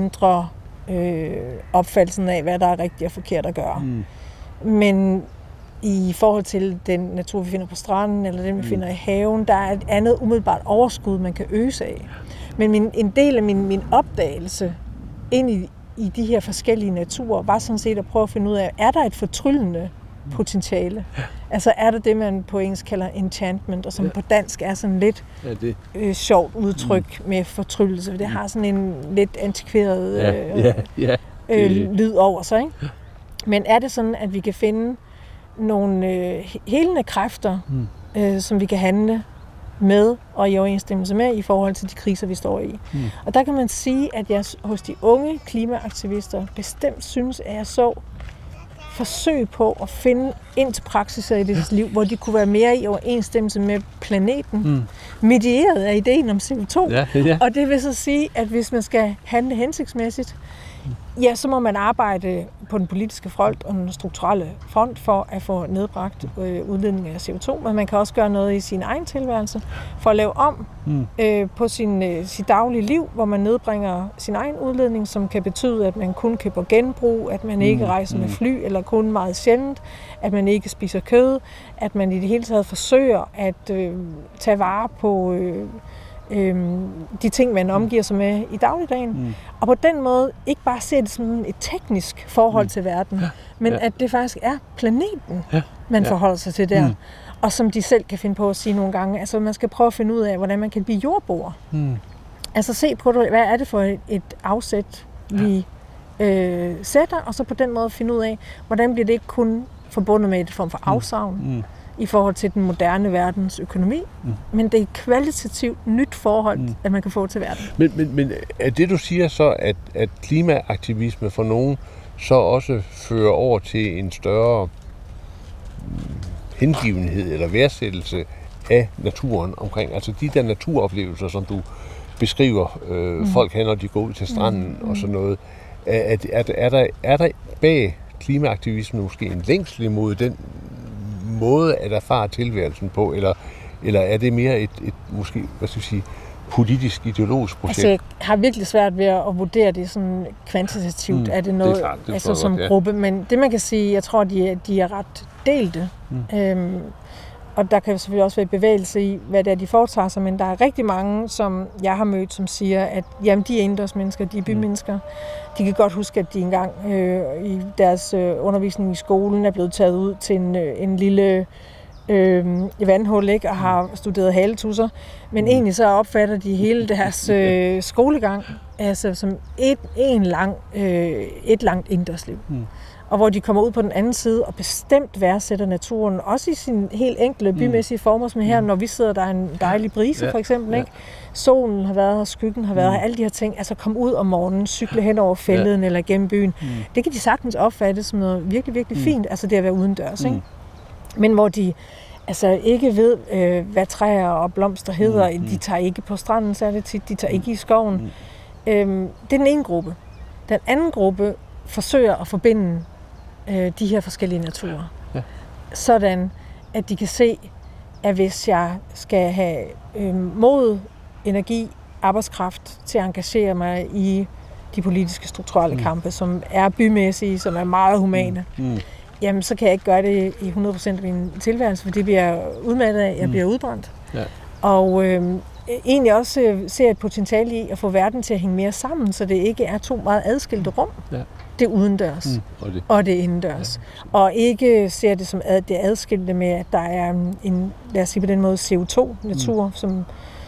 opfattelsen af, hvad der er rigtigt og forkert at gøre. Men i forhold til den natur, vi finder på stranden, eller den, vi finder i haven. Der er et andet umiddelbart overskud, man kan øge sig af. Men en del af min opdagelse ind i de her forskellige naturer, var sådan set at prøve at finde ud af, er der et fortryllende potentiale? Altså er der det, man på engelsk kalder enchantment, og som på dansk er sådan lidt sjovt udtryk med fortryllelse. Det har sådan en lidt antikveret lyd over sig, ikke? Men er det sådan, at vi kan finde nogle helende kræfter, som vi kan handle med og i overensstemmelse med i forhold til de kriser, vi står i. Og der kan man sige, at jeg hos de unge klimaaktivister bestemt synes, at jeg så forsøg på at finde ind til praksiser i deres liv, hvor de kunne være mere i overensstemmelse med planeten, medieret af ideen om CO2. Og det vil så sige, at hvis man skal handle hensigtsmæssigt, ja, så må man arbejde på den politiske front og den strukturelle front for at få nedbragt udledning af CO2, men man kan også gøre noget i sin egen tilværelse for at lave om på sit daglige liv, hvor man nedbringer sin egen udledning, som kan betyde, at man kun køber genbrug, at man ikke rejser med fly, eller kun meget sjældent, at man ikke spiser kød, at man i det hele taget forsøger at tage vare på de ting, man omgiver sig med i dagligdagen. Og på den måde ikke bare se det som et teknisk forhold til verden, men at det faktisk er planeten, man forholder sig til der. Og som de selv kan finde på at sige nogle gange. Altså man skal prøve at finde ud af, hvordan man kan blive jordboer. Altså se på, hvad er det for et afsæt, vi sætter, og så på den måde finde ud af, hvordan bliver det ikke kun forbundet med et form for afsavn i forhold til den moderne verdens økonomi, men det er et kvalitativt nyt forhold, at man kan få til verden. Men er det, du siger så, at klimaaktivisme for nogen så også fører over til en større hengivenhed eller værdsættelse af naturen omkring, altså de der naturoplevelser, som du beskriver, folk har, når de går ud til stranden og sådan noget, er der bag klimaaktivismen måske en længsel imod den måde at erfare tilværelsen på, eller er det mere et måske, hvad skal vi sige, politisk, ideologisk projekt? Altså, jeg har virkelig svært ved at vurdere det sådan kvantitativt. Er det noget, det er klart, det altså som gruppe? Men det man kan sige, jeg tror, de er ret delte. Og der kan selvfølgelig også være bevægelse i, hvad det er, de foretager sig, men der er rigtig mange, som jeg har mødt, som siger, at jamen, de er indendørsmennesker, de er bymennesker. De kan godt huske, at de engang i deres undervisning i skolen er blevet taget ud til en lille vandhul, ikke, og har studeret haletusser. Men egentlig så opfatter de hele deres skolegang altså som et langt indendørsliv. Og hvor de kommer ud på den anden side og bestemt værdsætter naturen, også i sin helt enkle bymæssige former, som her, når vi sidder der er en dejlig brise for eksempel, ikke? Solen har været her, skyggen har været her, alle de her ting, altså komme ud om morgenen, cykle hen over fælden eller gennem byen, det kan de sagtens opfatte som noget virkelig, virkelig fint, altså det at være udendørs, ikke? Men hvor de altså ikke ved, hvad træer og blomster hedder, de tager ikke på stranden særligt tit, de tager ikke i skoven. Det er den ene gruppe. Den anden gruppe forsøger at forbinde de her forskellige naturer. Sådan, at de kan se, at hvis jeg skal have mod, energi, arbejdskraft til at engagere mig i de politiske strukturelle kampe, som er bymæssige, som er meget humane, jamen så kan jeg ikke gøre det i 100% af min tilværelse, for det bliver jeg udmattet af, jeg bliver udbrændt. Og egentlig også ser et potentiale i at få verden til at hænge mere sammen, så det ikke er to meget adskilte rum. Det udendørs og det indendørs. Og ikke ser det som det adskilte med, at der er en, lad os sige på den måde, CO2-natur, som,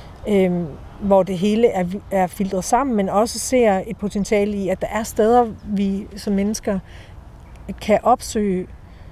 hvor det hele er filtret sammen, men også ser et potentiale i, at der er steder, vi som mennesker kan opsøge,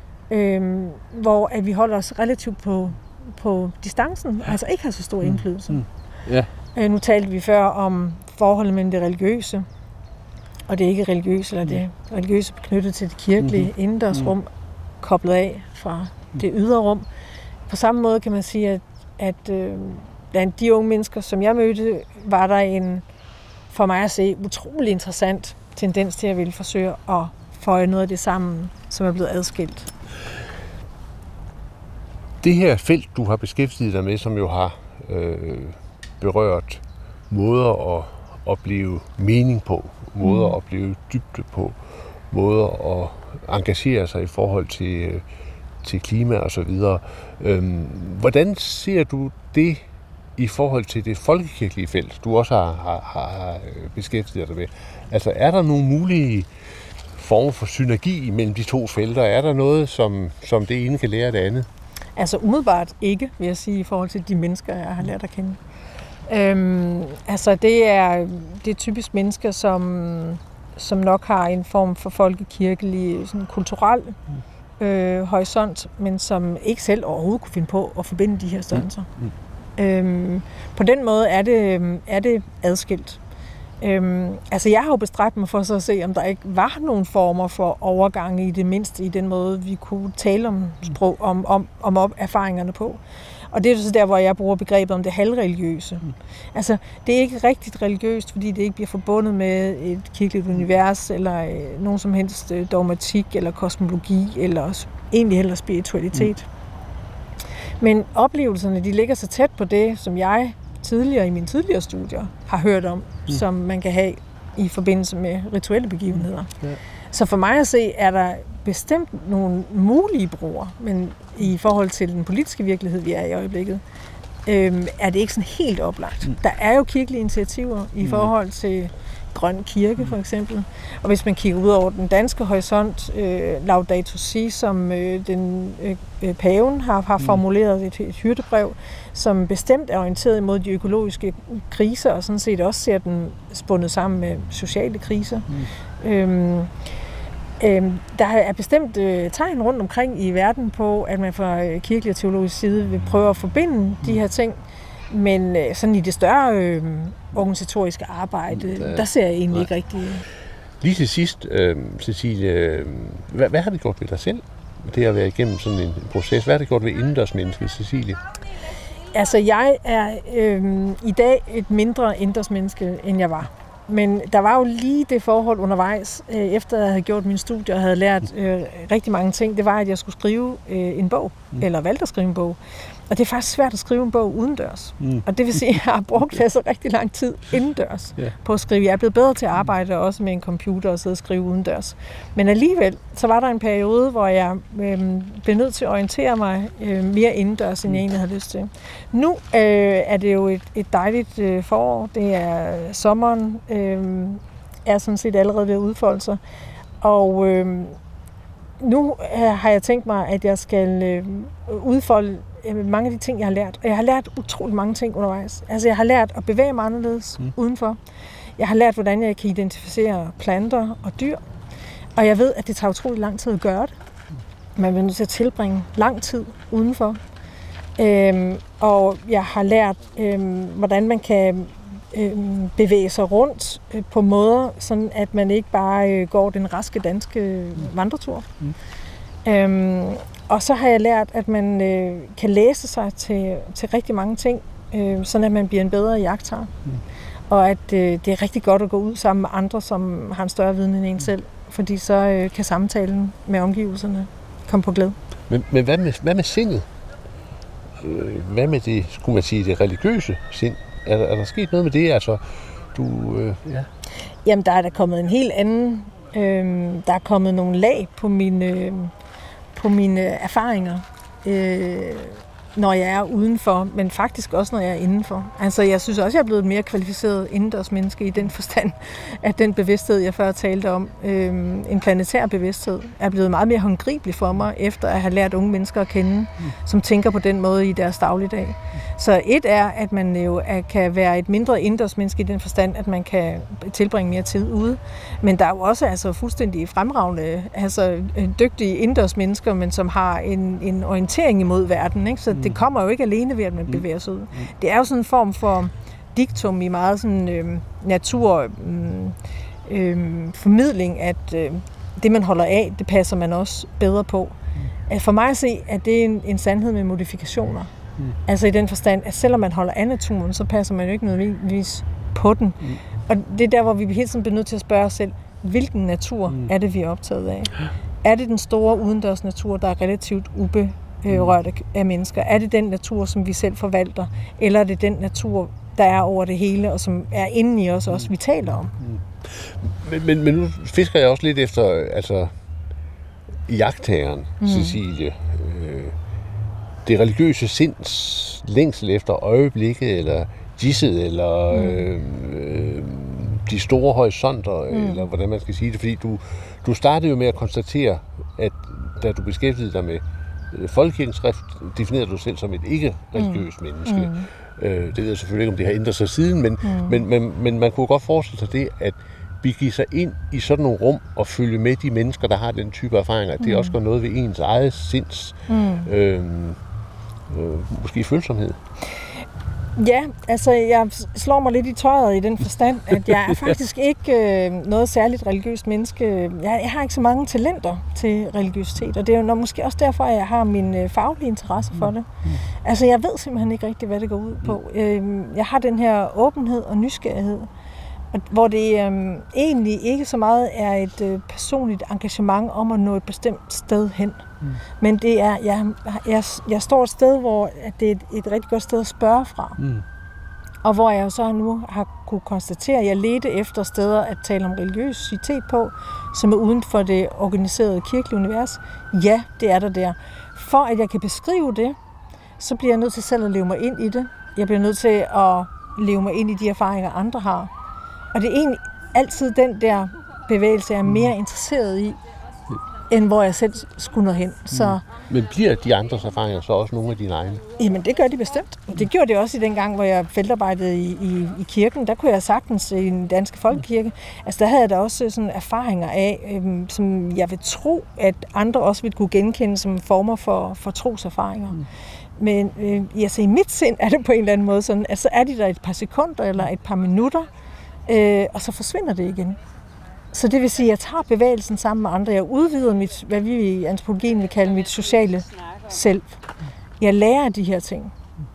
hvor at vi holder os relativt på distancen, altså ikke har så stor indflydelse. Nu talte vi før om forholdet mellem det religiøse og det ikke religiøse, eller det religiøse knyttet til det kirkelige indendørsrum, koblet af fra det ydre rum. På samme måde kan man sige, at blandt de unge mennesker, som jeg mødte, var der en, for mig at se, utrolig interessant tendens til at ville forsøge at føje noget af det sammen, som er blevet adskilt. Det her felt, du har beskæftiget dig med, som jo har berørt måder at opleve mening på, måder at opleve dybde på, måder at engagere sig i forhold til til klima og så videre. Hvordan ser du det i forhold til det folkekirkelige felt, du også har beskæftiget dig med? Altså, er der nogle mulige former for synergi mellem de to felter? Er der noget, som det ene kan lære af det andet? Altså umiddelbart ikke, vil jeg sige, i forhold til de mennesker, jeg har lært at kende. Altså det er typisk mennesker, som nok har en form for folkekirkelig, sådan kulturel horisont, men som ikke selv overhovedet kunne finde på at forbinde de her størrelser. På den måde er det adskilt. Altså jeg har jo bestræbt mig for så at se, om der ikke var nogen former for overgange i det mindste i den måde, vi kunne tale om sprog, om erfaringerne på. Og det er så der, hvor jeg bruger begrebet om det halvreligiøse. Altså, det er ikke rigtigt religiøst, fordi det ikke bliver forbundet med et kirkeligt univers, eller nogen som helst dogmatik, eller kosmologi, eller egentlig heller spiritualitet. Men oplevelserne, de ligger så tæt på det, som jeg tidligere i mine tidligere studier har hørt om, som man kan have i forbindelse med rituelle begivenheder. Ja. Så for mig at se, er der bestemt nogle mulige broer, men i forhold til den politiske virkelighed, vi er i øjeblikket, er det ikke sådan helt oplagt. Der er jo kirkelige initiativer i forhold til Grøn Kirke for eksempel, og hvis man kigger ud over den danske horisont, Laudato Si, som paven har formuleret et hyrdebrev, som bestemt er orienteret imod de økologiske kriser, og sådan set også ser den spundet sammen med sociale kriser. Der er bestemt tegn rundt omkring i verden på, at man fra kirkelig og teologisk side vil prøve at forbinde de her ting, men sådan i det større organisatoriske arbejde, der ser jeg egentlig ikke rigtig. Lige til sidst, Cecilie, hvad har det gjort ved dig selv, det at være igennem sådan en proces? Hvad har det gjort ved indendørsmennesket, Cecilie? Altså, jeg er i dag et mindre indendørsmenneske, end jeg var. Men der var jo lige det forhold undervejs, efter jeg havde gjort mine studier og havde lært rigtig mange ting, det var, at jeg skulle skrive en bog, eller valgte at skrive en bog. Og det er faktisk svært at skrive en bog udendørs. Og det vil sige, at jeg har brugt så rigtig lang tid indendørs på at skrive. Jeg er blevet bedre til at arbejde også med en computer og sidde og skrive udendørs. Men alligevel, så var der en periode, hvor jeg blev nødt til at orientere mig mere indendørs, end jeg egentlig havde lyst til. Nu er det jo et dejligt forår. Det er sommeren, er sådan set allerede ved at udfolde sig. Og nu har jeg tænkt mig, at jeg skal udfolde mange af de ting, jeg har lært. Og jeg har lært utrolig mange ting undervejs. Altså, jeg har lært at bevæge mig anderledes udenfor. Jeg har lært, hvordan jeg kan identificere planter og dyr. Og jeg ved, at det tager utrolig lang tid at gøre det. Man bliver nødt til at tilbringe lang tid udenfor. Og jeg har lært, hvordan man kan bevæge sig rundt på måder, sådan at man ikke bare går den raske danske vandretur. Og så har jeg lært, at man kan læse sig til rigtig mange ting, sådan at man bliver en bedre iagttager. Og at det er rigtig godt at gå ud sammen med andre, som har en større viden end en selv, fordi så kan samtalen med omgivelserne komme på glæde. Men hvad med sindet? Hvad med det, skulle man sige, det religiøse sind? Er der sket noget med det? Altså, Jamen, der er der kommet en helt anden. Der er kommet nogle lag på mine erfaringer, når jeg er udenfor, men faktisk også, når jeg er indenfor. Altså, jeg synes også, jeg er blevet et mere kvalificeret indendørsmenneske i den forstand, at den bevidsthed, jeg før talte om, en planetær bevidsthed, er blevet meget mere håndgribelig for mig, efter at have lært unge mennesker at kende, som tænker på den måde i deres dagligdag. Så et er, at man jo kan være et mindre indendørsmenneske i den forstand, at man kan tilbringe mere tid ude. Men der er jo også altså fuldstændig fremragende, altså dygtige indendørsmennesker, men som har en orientering imod verden, ikke? Så det kommer jo ikke alene ved, at man bevæger sig ud. Det er jo sådan en form for diktum i meget sådan formidling, at det, man holder af, det passer man også bedre på. For mig at se, at det er en sandhed med modifikationer. Altså i den forstand, at selvom man holder af naturen, så passer man jo ikke nødvendigvis på den. Og det er der, hvor vi hele tiden bliver nødt til at spørge os selv, hvilken natur er det, vi er optaget af? Er det den store udendørs natur, der er relativt uberørt af mennesker? Er det den natur, som vi selv forvalter? Eller er det den natur, der er over det hele, og som er inde i os også, vi taler om? Men nu fisker jeg også lidt efter, altså, jagttageren, Cecilie. det religiøse sinds længsel efter øjeblikke, eller gisset, eller de store horisonter, eller hvordan man skal sige det. Fordi du startede jo med at konstatere, at da du beskæftigede dig med folkekirkens skrift, definerede du selv som et ikke-religiøst menneske. Det ved jeg selvfølgelig ikke, om det har ændret sig siden, men man kunne godt forestille sig det, at begive sig ind i sådan nogle rum og følge med de mennesker, der har den type erfaringer. Det også gør noget ved ens eget sinds måske følsomhed. Ja, altså jeg slår mig lidt i tøjet i den forstand, at jeg er faktisk ikke noget særligt religiøst menneske. Jeg har ikke så mange talenter til religiøsitet, og det er jo måske også derfor, at jeg har min faglige interesse for det. Altså jeg ved simpelthen ikke rigtigt, hvad det går ud på. Jeg har den her åbenhed og nysgerrighed, hvor det egentlig ikke så meget er et personligt engagement om at nå et bestemt sted hen. Men det er, jeg står et sted, hvor det er et rigtig godt sted at spørge fra. Og hvor jeg så nu har kunne konstatere, at jeg ledte efter steder at tale om religiøsitet på, som er uden for det organiserede kirkelige univers. Ja, det er der. For at jeg kan beskrive det, så bliver jeg nødt til selv at leve mig ind i det. Jeg bliver nødt til at leve mig ind i de erfaringer, andre har. Og det er egentlig altid den der bevægelse, jeg er mere interesseret i, end hvor jeg selv skulle nå hen. Så, men bliver de andres erfaringer så også nogle af dine egne? Jamen det gør de bestemt. Det gjorde det også i den gang, hvor jeg feltarbejdede i kirken. Der kunne jeg sagtens i den danske folkekirke. Altså der havde jeg da også sådan erfaringer af, som jeg vil tro, at andre også ville kunne genkende som former for troserfaringer. Men altså, i mit sind er det på en eller anden måde sådan, at så er de der et par sekunder eller et par minutter, og så forsvinder det igen. Så det vil sige, at jeg tager bevægelsen sammen med andre. Jeg udvider hvad vi i antropologien vil kalde mit sociale selv. Jeg lærer de her ting.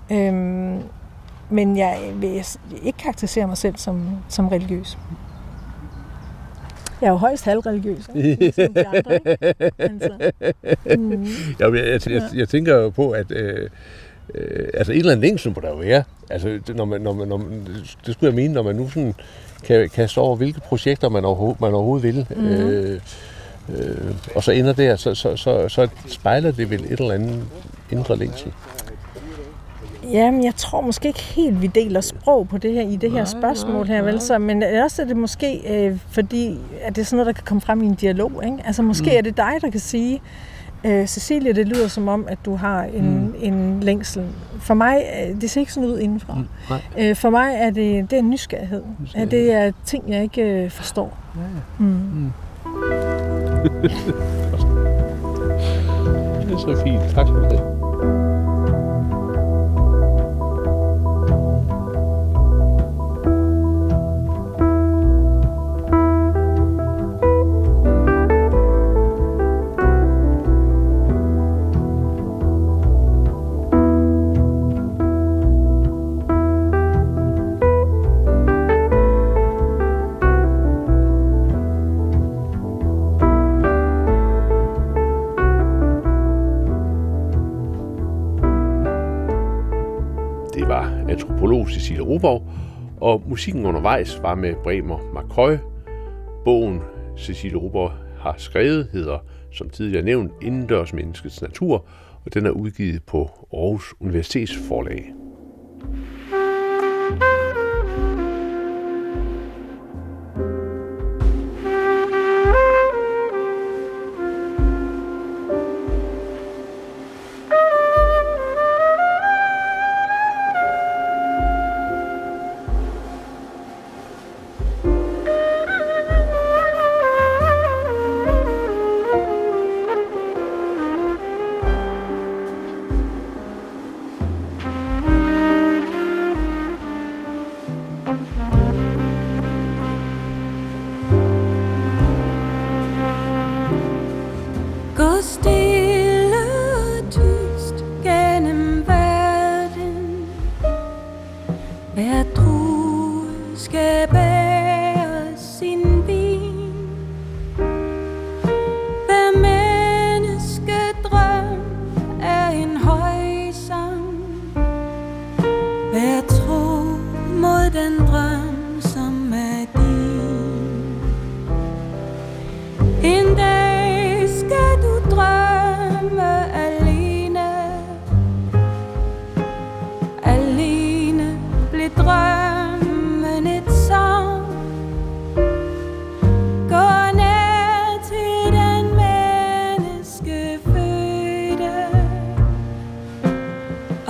Men jeg vil ikke karakterisere mig selv som religiøs. Jeg er jo højst halvreligiøs. Jeg tænker jo på, at altså et eller andet længsel må der jo være. Altså, når man, det skulle jeg mene, når man nu sådan kan kaste over, hvilke projekter man overhovedet vil. Og så ender der, så spejler det vel et eller andet indre længsel. Jamen, jeg tror måske ikke helt, vi deler sprog på det her i det her spørgsmål her, vel? Så, men også er det måske, fordi at det er sådan noget, der kan komme frem i en dialog, ikke? Altså, måske er det dig, der kan sige, Cecilie, det lyder som om, at du har en længsel. For mig, det ser ikke sådan ud indenfra. For mig er det en nysgerrighed. Det er ting, jeg ikke forstår. Det er så fint. Tak skal du have. Antropolog Cecilie Roborg, og musikken undervejs var med Bremer McCoy. Bogen Cecilie Roborg har skrevet hedder, som tidligere nævnt, Indendørsmenneskets natur, og den er udgivet på Aarhus Universitets forlag.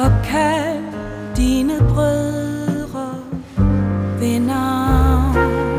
og kald dine brødre ved navn.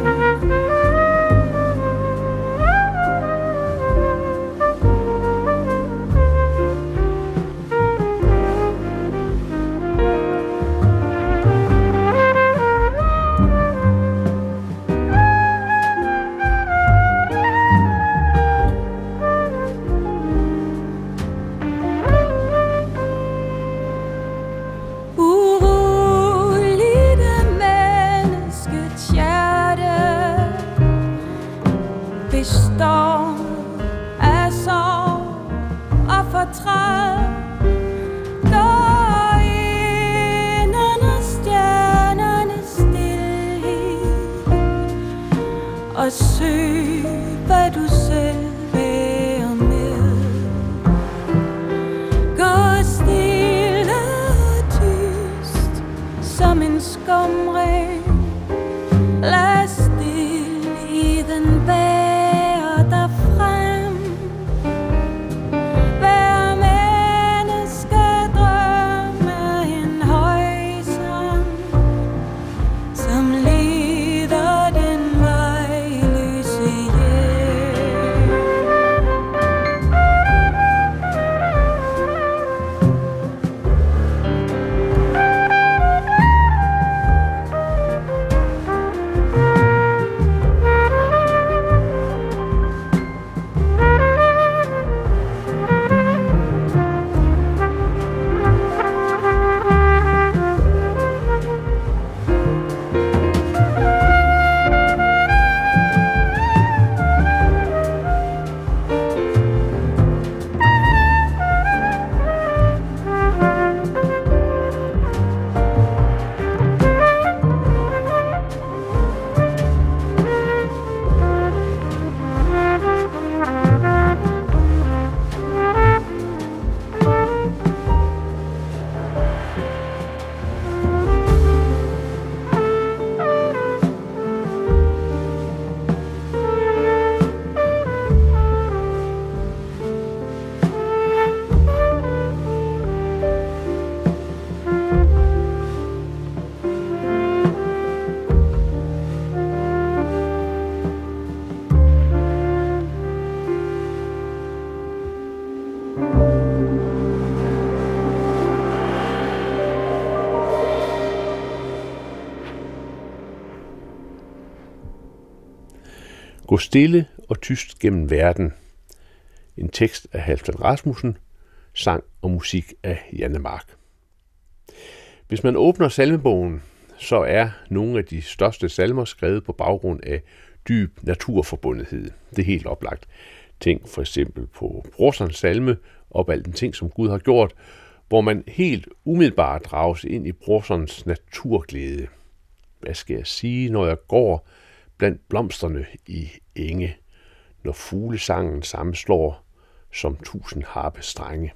Og søg, hvad du selv bærer med. Gå stille og tyst som en skumring. Lad stilheden bære dig frem. Hver menneske drømmer en høj sang, som leder den vejløse hjem. Gå stille og tyst gennem verden. En tekst af Halfdan Rasmussen, sang og musik af Janne Mark. Hvis man åbner salmebogen, så er nogle af de største salmer skrevet på baggrund af dyb naturforbundethed. Det er helt oplagt. Tænk for eksempel på Brorsons salme, op al den ting, som Gud har gjort, hvor man helt umiddelbart drages ind i Brorsons naturglæde. Hvad skal jeg sige, når jeg går blandt blomsterne i enge, når fuglesangen sammenslår som 1000 harpestrenge?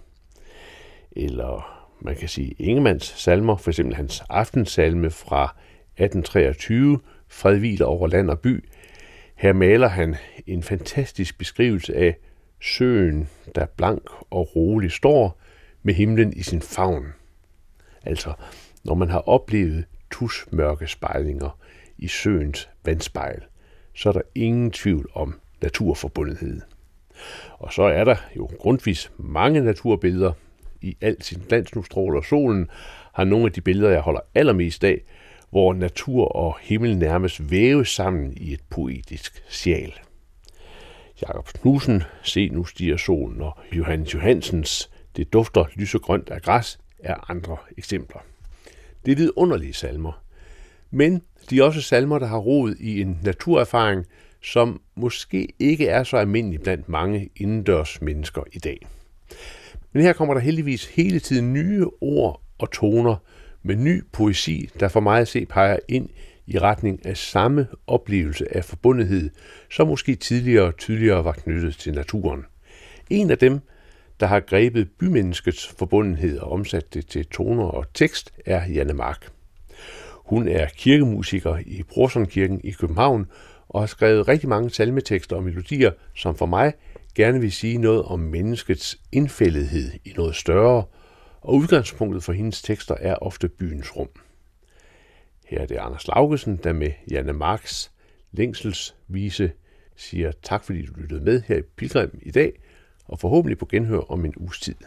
Eller man kan sige Ingemanns salmer, for eksempel hans aftensalme fra 1823, Fred hviler over land og by. Her maler han en fantastisk beskrivelse af søen, der blank og rolig står med himlen i sin favn. Altså, når man har oplevet tusmørke spejlinger i søens vandspejl, så er der ingen tvivl om naturforbundethed. Og så er der jo grundvis mange naturbilleder. I al sin glans nu stråler solen, har nogle af de billeder, jeg holder allermest af, hvor natur og himmel nærmest væves sammen i et poetisk sjæl. Jakob Knudsen, Se nu stiger solen, og Johannes Johansens Det dufter lysegrønt af græs er andre eksempler. Det er vidunderlige salmer, men de er også salmer, der har rod i en naturerfaring, som måske ikke er så almindelig blandt mange indendørs mennesker i dag. Men her kommer der heldigvis hele tiden nye ord og toner med ny poesi, der for mig at se peger ind i retning af samme oplevelse af forbundethed, som måske tydeligere var knyttet til naturen. En af dem, der har grebet bymenneskets forbundenhed og omsat det til toner og tekst, er Janne Mark. Hun er kirkemusiker i Brorsonkirken i København og har skrevet rigtig mange salmetekster og melodier, som for mig gerne vil sige noget om menneskets indfældighed i noget større, og udgangspunktet for hendes tekster er ofte byens rum. Her er det Anders Laugesen, der med Janne Marks længselsvise siger tak, fordi du lyttede med her i Pilgrim i dag, og forhåbentlig på genhør om en uges tid.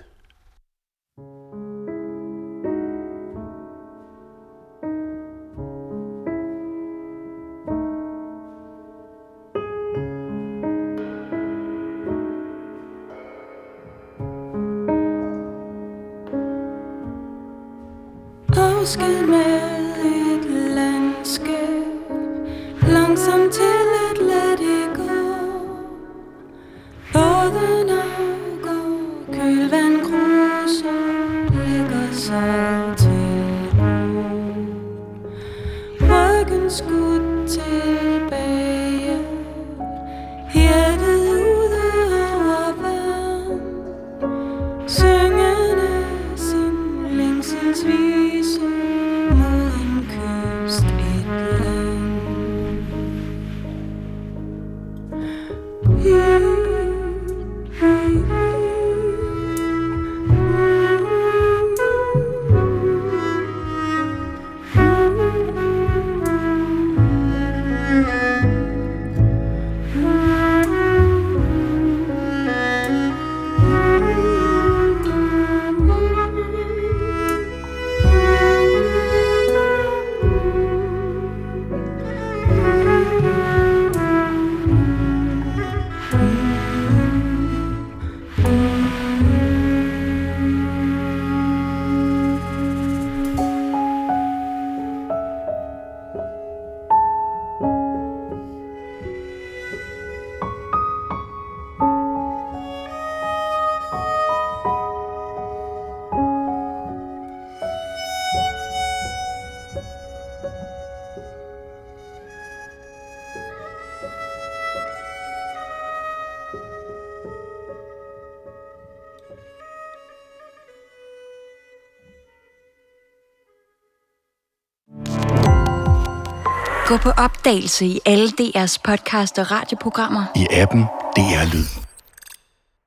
Afsked med et landskab, langsomt til at lade det gå. Båden afgår, kølvand kruser, lægger sig til ro. Ryggen skudt tilbage, hjertet ude over vand, syngende sin længselsvise mod en kyst et land. Gå på opdagelse i alle DR's podcast og radioprogrammer. I appen DR Lyd.